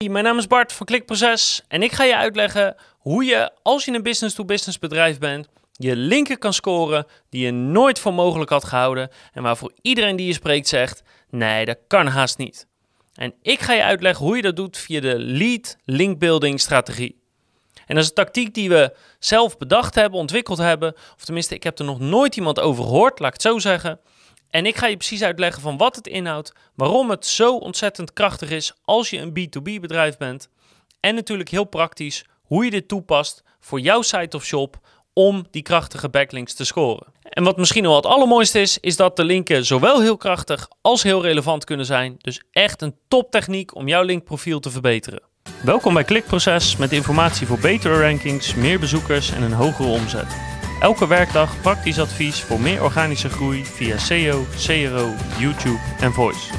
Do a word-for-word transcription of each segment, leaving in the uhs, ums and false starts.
Mijn naam is Bart van Klikproces en ik ga je uitleggen hoe je, als je een business-to-business bedrijf bent, je linken kan scoren die je nooit voor mogelijk had gehouden en waarvoor iedereen die je spreekt zegt, nee, dat kan haast niet. En ik ga je uitleggen hoe je dat doet via de Lead Link Building strategie. En dat is een tactiek die we zelf bedacht hebben, ontwikkeld hebben, of tenminste, ik heb er nog nooit iemand over gehoord, laat ik het zo zeggen. En ik ga je precies uitleggen van wat het inhoudt, waarom het zo ontzettend krachtig is als je een B twee B bedrijf bent. En natuurlijk heel praktisch hoe je dit toepast voor jouw site of shop om die krachtige backlinks te scoren. En wat misschien wel het allermooiste is, is dat de linken zowel heel krachtig als heel relevant kunnen zijn. Dus echt een toptechniek om jouw linkprofiel te verbeteren. Welkom bij Klikproces met informatie voor betere rankings, meer bezoekers en een hogere omzet. Elke werkdag praktisch advies voor meer organische groei via S E O, C R O, YouTube en Voice.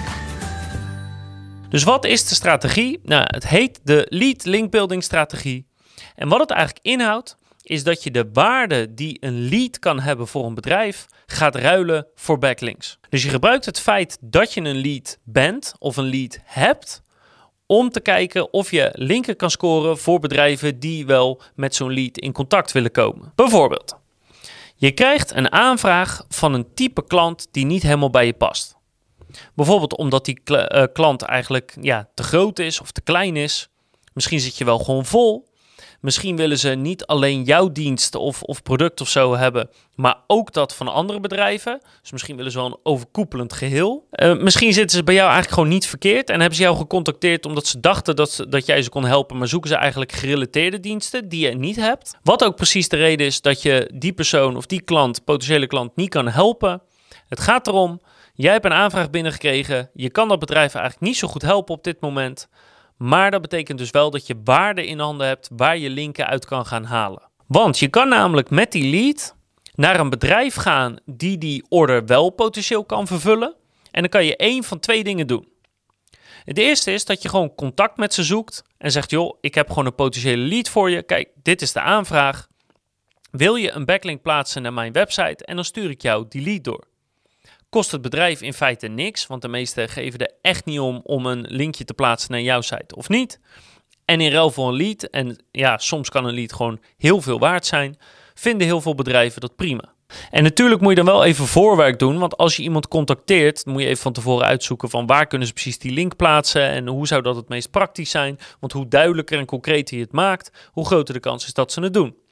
Dus wat is de strategie? Nou, het heet de Lead Link Building strategie. En wat het eigenlijk inhoudt, is dat je de waarde die een lead kan hebben voor een bedrijf gaat ruilen voor backlinks. Dus je gebruikt het feit dat je een lead bent of een lead hebt om te kijken of je linken kan scoren voor bedrijven die wel met zo'n lead in contact willen komen. Bijvoorbeeld, je krijgt een aanvraag van een type klant die niet helemaal bij je past. Bijvoorbeeld omdat die kl- uh, klant eigenlijk ja, te groot is of te klein is. Misschien zit je wel gewoon vol. Misschien willen ze niet alleen jouw dienst of, of product of zo hebben, maar ook dat van andere bedrijven. Dus misschien willen ze wel een overkoepelend geheel. Uh, misschien zitten ze bij jou eigenlijk gewoon niet verkeerd en hebben ze jou gecontacteerd omdat ze dachten dat, ze, dat jij ze kon helpen, maar zoeken ze eigenlijk gerelateerde diensten die je niet hebt. Wat ook precies de reden is dat je die persoon of die klant, potentiële klant, niet kan helpen. Het gaat erom, jij hebt een aanvraag binnengekregen, je kan dat bedrijf eigenlijk niet zo goed helpen op dit moment. Maar dat betekent dus wel dat je waarde in handen hebt waar je linken uit kan gaan halen. Want je kan namelijk met die lead naar een bedrijf gaan die die order wel potentieel kan vervullen. En dan kan je één van twee dingen doen. Het eerste is dat je gewoon contact met ze zoekt en zegt, joh, ik heb gewoon een potentiële lead voor je. Kijk, dit is de aanvraag. Wil je een backlink plaatsen naar mijn website en dan stuur ik jou die lead door. Kost het bedrijf in feite niks, want de meesten geven er echt niet om om een linkje te plaatsen naar jouw site of niet. En in ruil voor een lead, en ja, soms kan een lead gewoon heel veel waard zijn, vinden heel veel bedrijven dat prima. En natuurlijk moet je dan wel even voorwerk doen, want als je iemand contacteert, dan moet je even van tevoren uitzoeken van waar kunnen ze precies die link plaatsen en hoe zou dat het meest praktisch zijn. Want hoe duidelijker en concreter je het maakt, hoe groter de kans is dat ze het doen.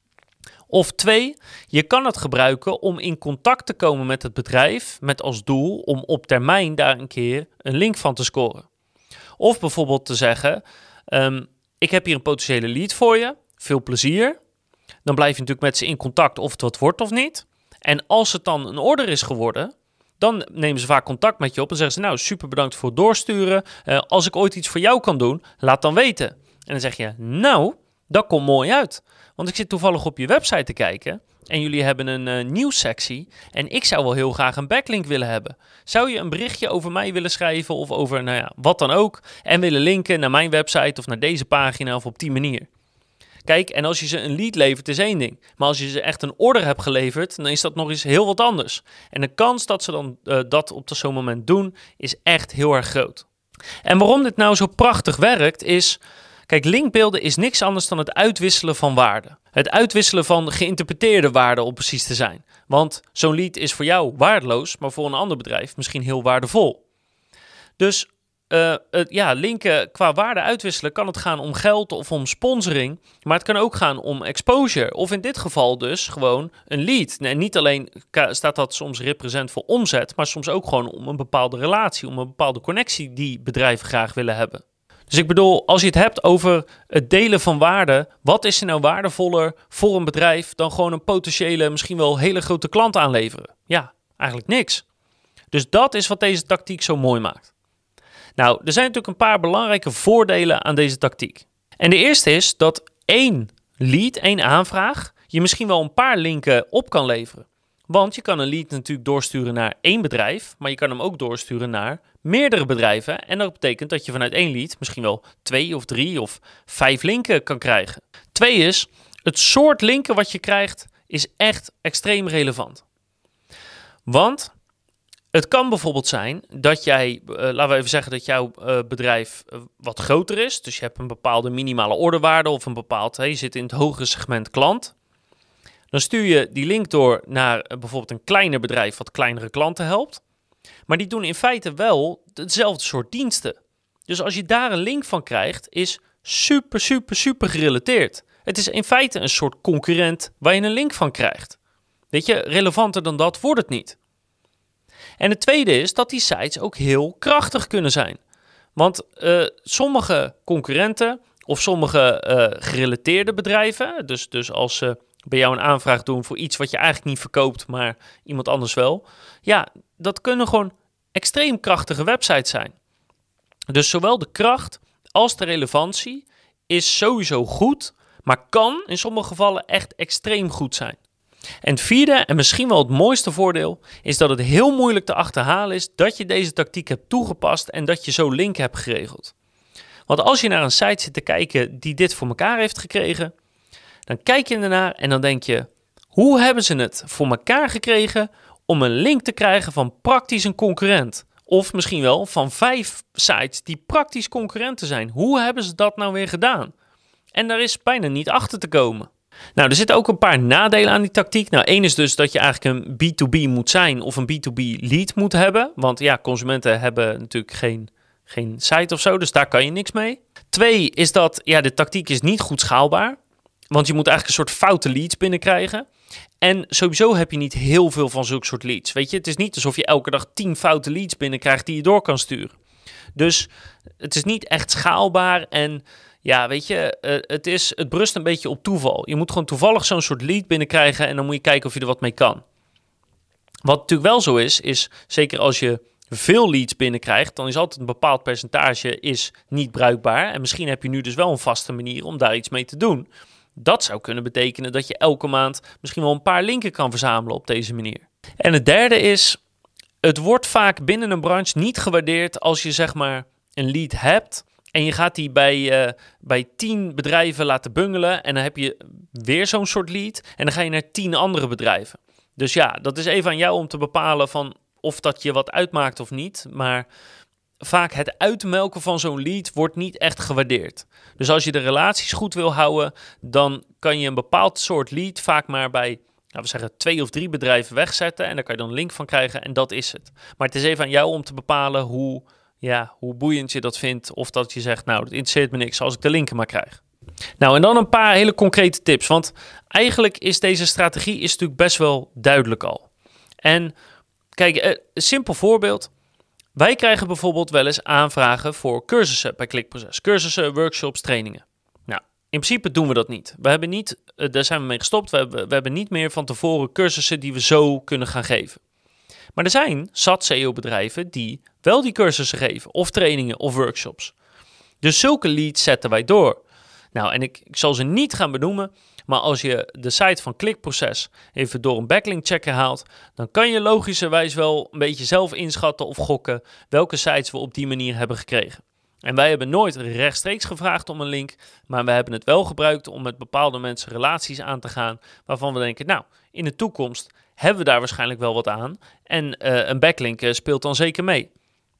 Of twee, je kan het gebruiken om in contact te komen met het bedrijf met als doel om op termijn daar een keer een link van te scoren. Of bijvoorbeeld te zeggen, um, ik heb hier een potentiële lead voor je, veel plezier. Dan blijf je natuurlijk met ze in contact of het wat wordt of niet. En als het dan een order is geworden, dan nemen ze vaak contact met je op en zeggen ze, nou super bedankt voor het doorsturen. Uh, als ik ooit iets voor jou kan doen, laat dan weten. En dan zeg je, nou, dat komt mooi uit. Want ik zit toevallig op je website te kijken en jullie hebben een uh, nieuwssectie en ik zou wel heel graag een backlink willen hebben. Zou je een berichtje over mij willen schrijven of over nou ja, wat dan ook en willen linken naar mijn website of naar deze pagina of op die manier? Kijk, en als je ze een lead levert is één ding, maar als je ze echt een order hebt geleverd, dan is dat nog eens heel wat anders. En de kans dat ze dan uh, dat op zo'n moment doen is echt heel erg groot. En waarom dit nou zo prachtig werkt is, kijk, linkbeelden is niks anders dan het uitwisselen van waarden. Het uitwisselen van geïnterpreteerde waarden om precies te zijn. Want zo'n lead is voor jou waardeloos, maar voor een ander bedrijf misschien heel waardevol. Dus uh, uh, ja, linken qua waarde uitwisselen kan het gaan om geld of om sponsoring. Maar het kan ook gaan om exposure. Of in dit geval dus gewoon een lead. En niet alleen staat dat soms represent voor omzet, maar soms ook gewoon om een bepaalde relatie, om een bepaalde connectie die bedrijven graag willen hebben. Dus ik bedoel, als je het hebt over het delen van waarde, wat is er nou waardevoller voor een bedrijf dan gewoon een potentiële, misschien wel hele grote klant aanleveren? Ja, eigenlijk niks. Dus dat is wat deze tactiek zo mooi maakt. Nou, er zijn natuurlijk een paar belangrijke voordelen aan deze tactiek. En de eerste is dat één lead, één aanvraag, je misschien wel een paar linken op kan leveren. Want je kan een lead natuurlijk doorsturen naar één bedrijf, maar je kan hem ook doorsturen naar meerdere bedrijven. En dat betekent dat je vanuit één lead misschien wel twee of drie of vijf linken kan krijgen. Twee is, het soort linken wat je krijgt is echt extreem relevant. Want Het kan bijvoorbeeld zijn dat jij, uh, laten we even zeggen dat jouw uh, bedrijf uh, wat groter is. Dus je hebt een bepaalde minimale orderwaarde of een bepaald, hey, je zit in het hogere segment klant. Dan stuur je die link door naar uh, bijvoorbeeld een kleiner bedrijf wat kleinere klanten helpt. Maar die doen in feite wel hetzelfde soort diensten. Dus als je daar een link van krijgt, is super, super, super gerelateerd. Het is in feite een soort concurrent waar je een link van krijgt. Weet je, relevanter dan dat wordt het niet. En het tweede is dat die sites ook heel krachtig kunnen zijn. Want uh, sommige concurrenten of sommige uh, gerelateerde bedrijven, dus, dus als ze uh, bij jou een aanvraag doen voor iets wat je eigenlijk niet verkoopt, maar iemand anders wel, ja, dat kunnen gewoon extreem krachtige websites zijn. Dus zowel de kracht als de relevantie is sowieso goed, maar kan in sommige gevallen echt extreem goed zijn. En het vierde, en misschien wel het mooiste voordeel, is dat het heel moeilijk te achterhalen is dat je deze tactiek hebt toegepast en dat je zo link hebt geregeld. Want als je naar een site zit te kijken die dit voor elkaar heeft gekregen, dan kijk je ernaar en dan denk je, hoe hebben ze het voor elkaar gekregen om een link te krijgen van praktisch een concurrent? Of misschien wel van vijf sites die praktisch concurrenten zijn. Hoe hebben ze dat nou weer gedaan? En daar is bijna niet achter te komen. Nou, er zitten ook een paar nadelen aan die tactiek. Nou, één is dus dat je eigenlijk een B twee B moet zijn of een B twee B lead moet hebben. Want ja, consumenten hebben natuurlijk geen, geen site of zo, dus daar kan je niks mee. Twee is dat ja, de tactiek is niet goed schaalbaar. Want je moet eigenlijk een soort foute leads binnenkrijgen. En sowieso heb je niet heel veel van zulke soort leads. Weet je, het is niet alsof je elke dag tien foute leads binnenkrijgt die je door kan sturen. Dus het is niet echt schaalbaar en ja, weet je, uh, het, is, het berust een beetje op toeval. Je moet gewoon toevallig zo'n soort lead binnenkrijgen en dan moet je kijken of je er wat mee kan. Wat natuurlijk wel zo is, is zeker als je veel leads binnenkrijgt, dan is altijd een bepaald percentage is niet bruikbaar. En misschien heb je nu dus wel een vaste manier om daar iets mee te doen. Dat zou kunnen betekenen dat je elke maand misschien wel een paar linken kan verzamelen op deze manier. En het derde is, het wordt vaak binnen een branche niet gewaardeerd als je zeg maar een lead hebt en je gaat die bij, uh, bij tien bedrijven laten bungelen en dan heb je weer zo'n soort lead en dan ga je naar tien andere bedrijven. Dus ja, dat is even aan jou om te bepalen van of dat je wat uitmaakt of niet, maar vaak het uitmelken van zo'n lead wordt niet echt gewaardeerd. Dus als je de relaties goed wil houden, dan kan je een bepaald soort lead vaak maar bij, nou we zeggen, twee of drie bedrijven wegzetten en daar kan je dan een link van krijgen en dat is het. Maar het is even aan jou om te bepalen hoe, ja, hoe boeiend je dat vindt of dat je zegt, nou, dat interesseert me niks als ik de linken maar krijg. Nou, en dan een paar hele concrete tips, want eigenlijk is deze strategie is natuurlijk best wel duidelijk al. En kijk, een simpel voorbeeld. Wij krijgen bijvoorbeeld wel eens aanvragen voor cursussen bij Klikproces. Cursussen, workshops, trainingen. Nou, in principe doen we dat niet. We hebben niet, daar zijn we mee gestopt. We hebben, we hebben niet meer van tevoren cursussen die we zo kunnen gaan geven. Maar er zijn zat S E O-bedrijven die wel die cursussen geven. Of trainingen of workshops. Dus zulke leads zetten wij door. Nou, en ik, ik zal ze niet gaan benoemen. Maar als je de site van Klikproces even door een backlink checker haalt, dan kan je logischerwijs wel een beetje zelf inschatten of gokken welke sites we op die manier hebben gekregen. En wij hebben nooit rechtstreeks gevraagd om een link, maar we hebben het wel gebruikt om met bepaalde mensen relaties aan te gaan, waarvan we denken, nou, in de toekomst hebben we daar waarschijnlijk wel wat aan. En uh, een backlink uh, speelt dan zeker mee.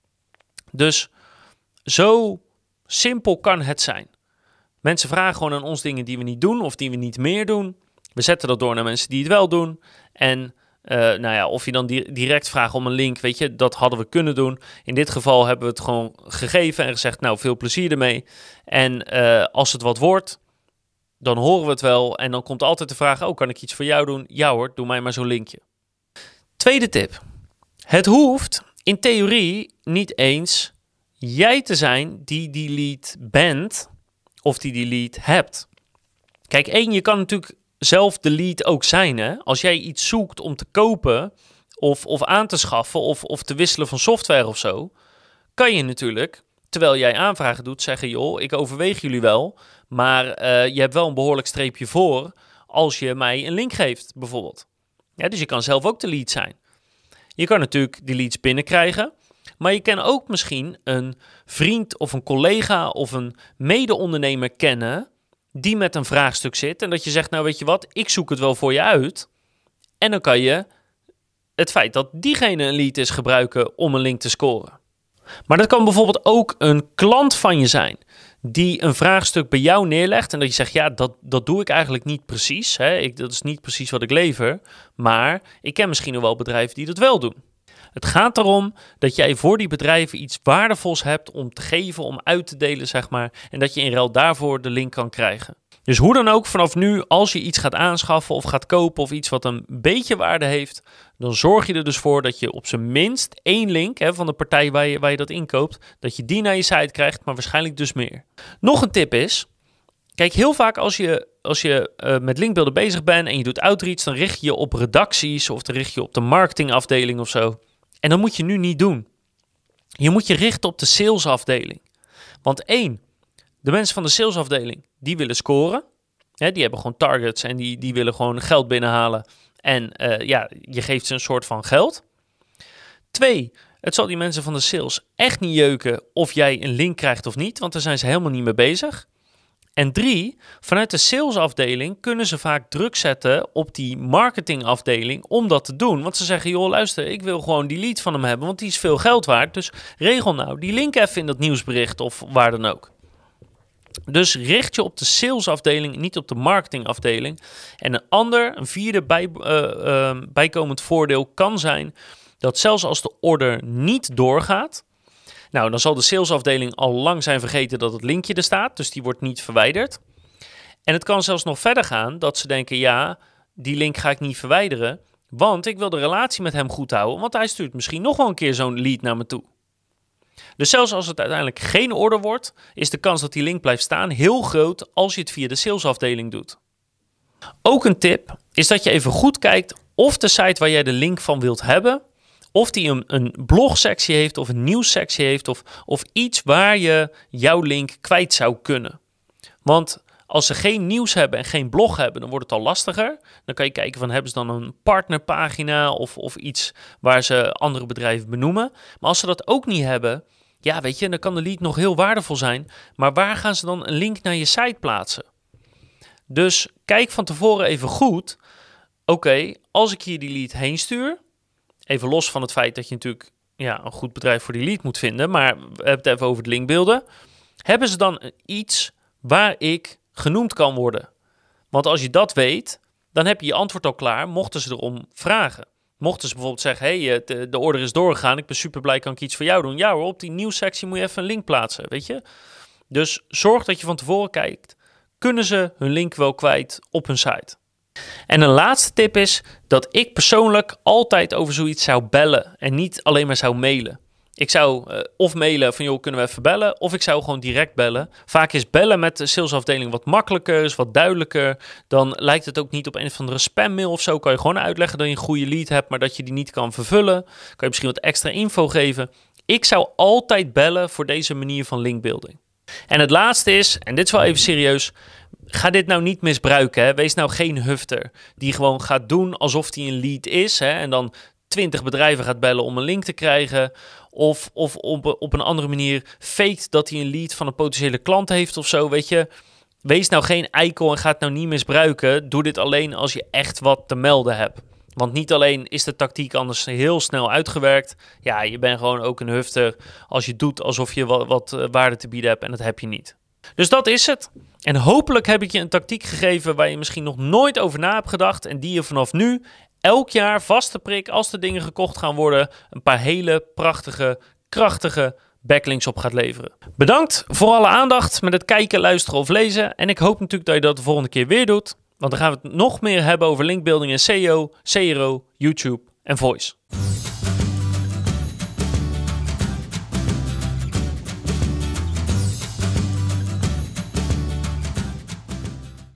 Dus zo simpel kan het zijn. Mensen vragen gewoon aan ons dingen die we niet doen of die we niet meer doen. We zetten dat door naar mensen die het wel doen. En uh, nou ja, of je dan di- direct vraagt om een link, weet je, dat hadden we kunnen doen. In dit geval hebben we het gewoon gegeven en gezegd, nou, veel plezier ermee. En uh, als het wat wordt, dan horen we het wel. En dan komt altijd de vraag, oh, kan ik iets voor jou doen? Ja hoor, doe mij maar zo'n linkje. Tweede tip. Het hoeft in theorie niet eens jij te zijn die die lead bent of die die lead hebt. Kijk, één, je kan natuurlijk zelf de lead ook zijn. Hè? Als jij iets zoekt om te kopen of, of aan te schaffen of, of te wisselen van software of zo, kan je natuurlijk, terwijl jij aanvragen doet, zeggen, joh, ik overweeg jullie wel, maar uh, je hebt wel een behoorlijk streepje voor als je mij een link geeft, bijvoorbeeld. Ja, dus je kan zelf ook de lead zijn. Je kan natuurlijk die leads binnenkrijgen, maar je kan ook misschien een vriend of een collega of een mede-ondernemer kennen die met een vraagstuk zit en dat je zegt, nou weet je wat, ik zoek het wel voor je uit. En dan kan je het feit dat diegene een lead is gebruiken om een link te scoren. Maar dat kan bijvoorbeeld ook een klant van je zijn die een vraagstuk bij jou neerlegt en dat je zegt, ja, dat, dat doe ik eigenlijk niet precies. Hè? Ik, dat is niet precies wat ik lever, maar ik ken misschien nog wel bedrijven die dat wel doen. Het gaat erom dat jij voor die bedrijven iets waardevols hebt om te geven, om uit te delen, zeg maar, en dat je in ruil daarvoor de link kan krijgen. Dus hoe dan ook, vanaf nu, als je iets gaat aanschaffen of gaat kopen of iets wat een beetje waarde heeft, dan zorg je er dus voor dat je op zijn minst één link, hè, van de partij waar je, waar je dat inkoopt, dat je die naar je site krijgt, maar waarschijnlijk dus meer. Nog een tip is, kijk, heel vaak als je, als je uh, met linkbeelden bezig bent en je doet outreach, dan richt je je op redacties of dan richt je op de marketingafdeling of zo. En dat moet je nu niet doen. Je moet je richten op de salesafdeling. Want één, de mensen van de salesafdeling, die willen scoren. Hè, die hebben gewoon targets en die, die willen gewoon geld binnenhalen. En uh, ja, je geeft ze een soort van geld. Twee, het zal die mensen van de sales echt niet jeuken of jij een link krijgt of niet, want daar zijn ze helemaal niet mee bezig. En drie, vanuit de salesafdeling kunnen ze vaak druk zetten op die marketingafdeling om dat te doen. Want ze zeggen, joh, luister, ik wil gewoon die lead van hem hebben, want die is veel geld waard. Dus regel nou die link even in dat nieuwsbericht of waar dan ook. Dus richt je op de salesafdeling, niet op de marketingafdeling. En een ander, een vierde bij, uh, uh, bijkomend voordeel kan zijn dat zelfs als de order niet doorgaat, nou, dan zal de salesafdeling al lang zijn vergeten dat het linkje er staat, dus die wordt niet verwijderd. En het kan zelfs nog verder gaan dat ze denken, ja, die link ga ik niet verwijderen, want ik wil de relatie met hem goed houden, want hij stuurt misschien nog wel een keer zo'n lead naar me toe. Dus zelfs als het uiteindelijk geen order wordt, is de kans dat die link blijft staan heel groot als je het via de salesafdeling doet. Ook een tip is dat je even goed kijkt of de site waar jij de link van wilt hebben, of die een, een blogsectie heeft of een nieuwssectie heeft of, of iets waar je jouw link kwijt zou kunnen. Want als ze geen nieuws hebben en geen blog hebben, dan wordt het al lastiger. Dan kan je kijken van, hebben ze dan een partnerpagina of, of iets waar ze andere bedrijven benoemen. Maar als ze dat ook niet hebben, ja, weet je, dan kan de lead nog heel waardevol zijn. Maar waar gaan ze dan een link naar je site plaatsen? Dus kijk van tevoren even goed. Oké, okay, als ik hier die lead heen stuur, even los van het feit dat je natuurlijk ja, een goed bedrijf voor die lead moet vinden, maar we hebben het even over het linkbeelden. Hebben ze dan iets waar ik genoemd kan worden? Want als je dat weet, dan heb je je antwoord al klaar, mochten ze erom vragen. Mochten ze bijvoorbeeld zeggen, hey, de, de order is doorgegaan, ik ben super blij, kan ik iets voor jou doen? Ja hoor, op die nieuwssectie moet je even een link plaatsen, weet je? Dus zorg dat je van tevoren kijkt, kunnen ze hun link wel kwijt op hun site? En een laatste tip is dat ik persoonlijk altijd over zoiets zou bellen en niet alleen maar zou mailen. Ik zou uh, of mailen van, joh, kunnen we even bellen? Of ik zou gewoon direct bellen. Vaak is bellen met de salesafdeling wat makkelijker, is wat duidelijker. Dan lijkt het ook niet op een of andere spammail of zo. Kan je gewoon uitleggen dat je een goede lead hebt, maar dat je die niet kan vervullen. Kan je misschien wat extra info geven. Ik zou altijd bellen voor deze manier van linkbuilding. En het laatste is, en dit is wel even serieus, ga dit nou niet misbruiken. Hè? Wees nou geen hufter die gewoon gaat doen alsof hij een lead is, hè? En dan twintig bedrijven gaat bellen om een link te krijgen. Of, of op, op een andere manier faked dat hij een lead van een potentiële klant heeft of zo, weet je. Wees nou geen eikel en ga het nou niet misbruiken. Doe dit alleen als je echt wat te melden hebt. Want niet alleen is de tactiek anders heel snel uitgewerkt. Ja, je bent gewoon ook een hufter als je doet alsof je wat, wat waarde te bieden hebt en dat heb je niet. Dus dat is het. En hopelijk heb ik je een tactiek gegeven waar je misschien nog nooit over na hebt gedacht en die je vanaf nu elk jaar vaste prik, als de dingen gekocht gaan worden, een paar hele prachtige, krachtige backlinks op gaat leveren. Bedankt voor alle aandacht met het kijken, luisteren of lezen. En ik hoop natuurlijk dat je dat de volgende keer weer doet. Want dan gaan we het nog meer hebben over linkbuilding en S E O, C R O, YouTube en Voice.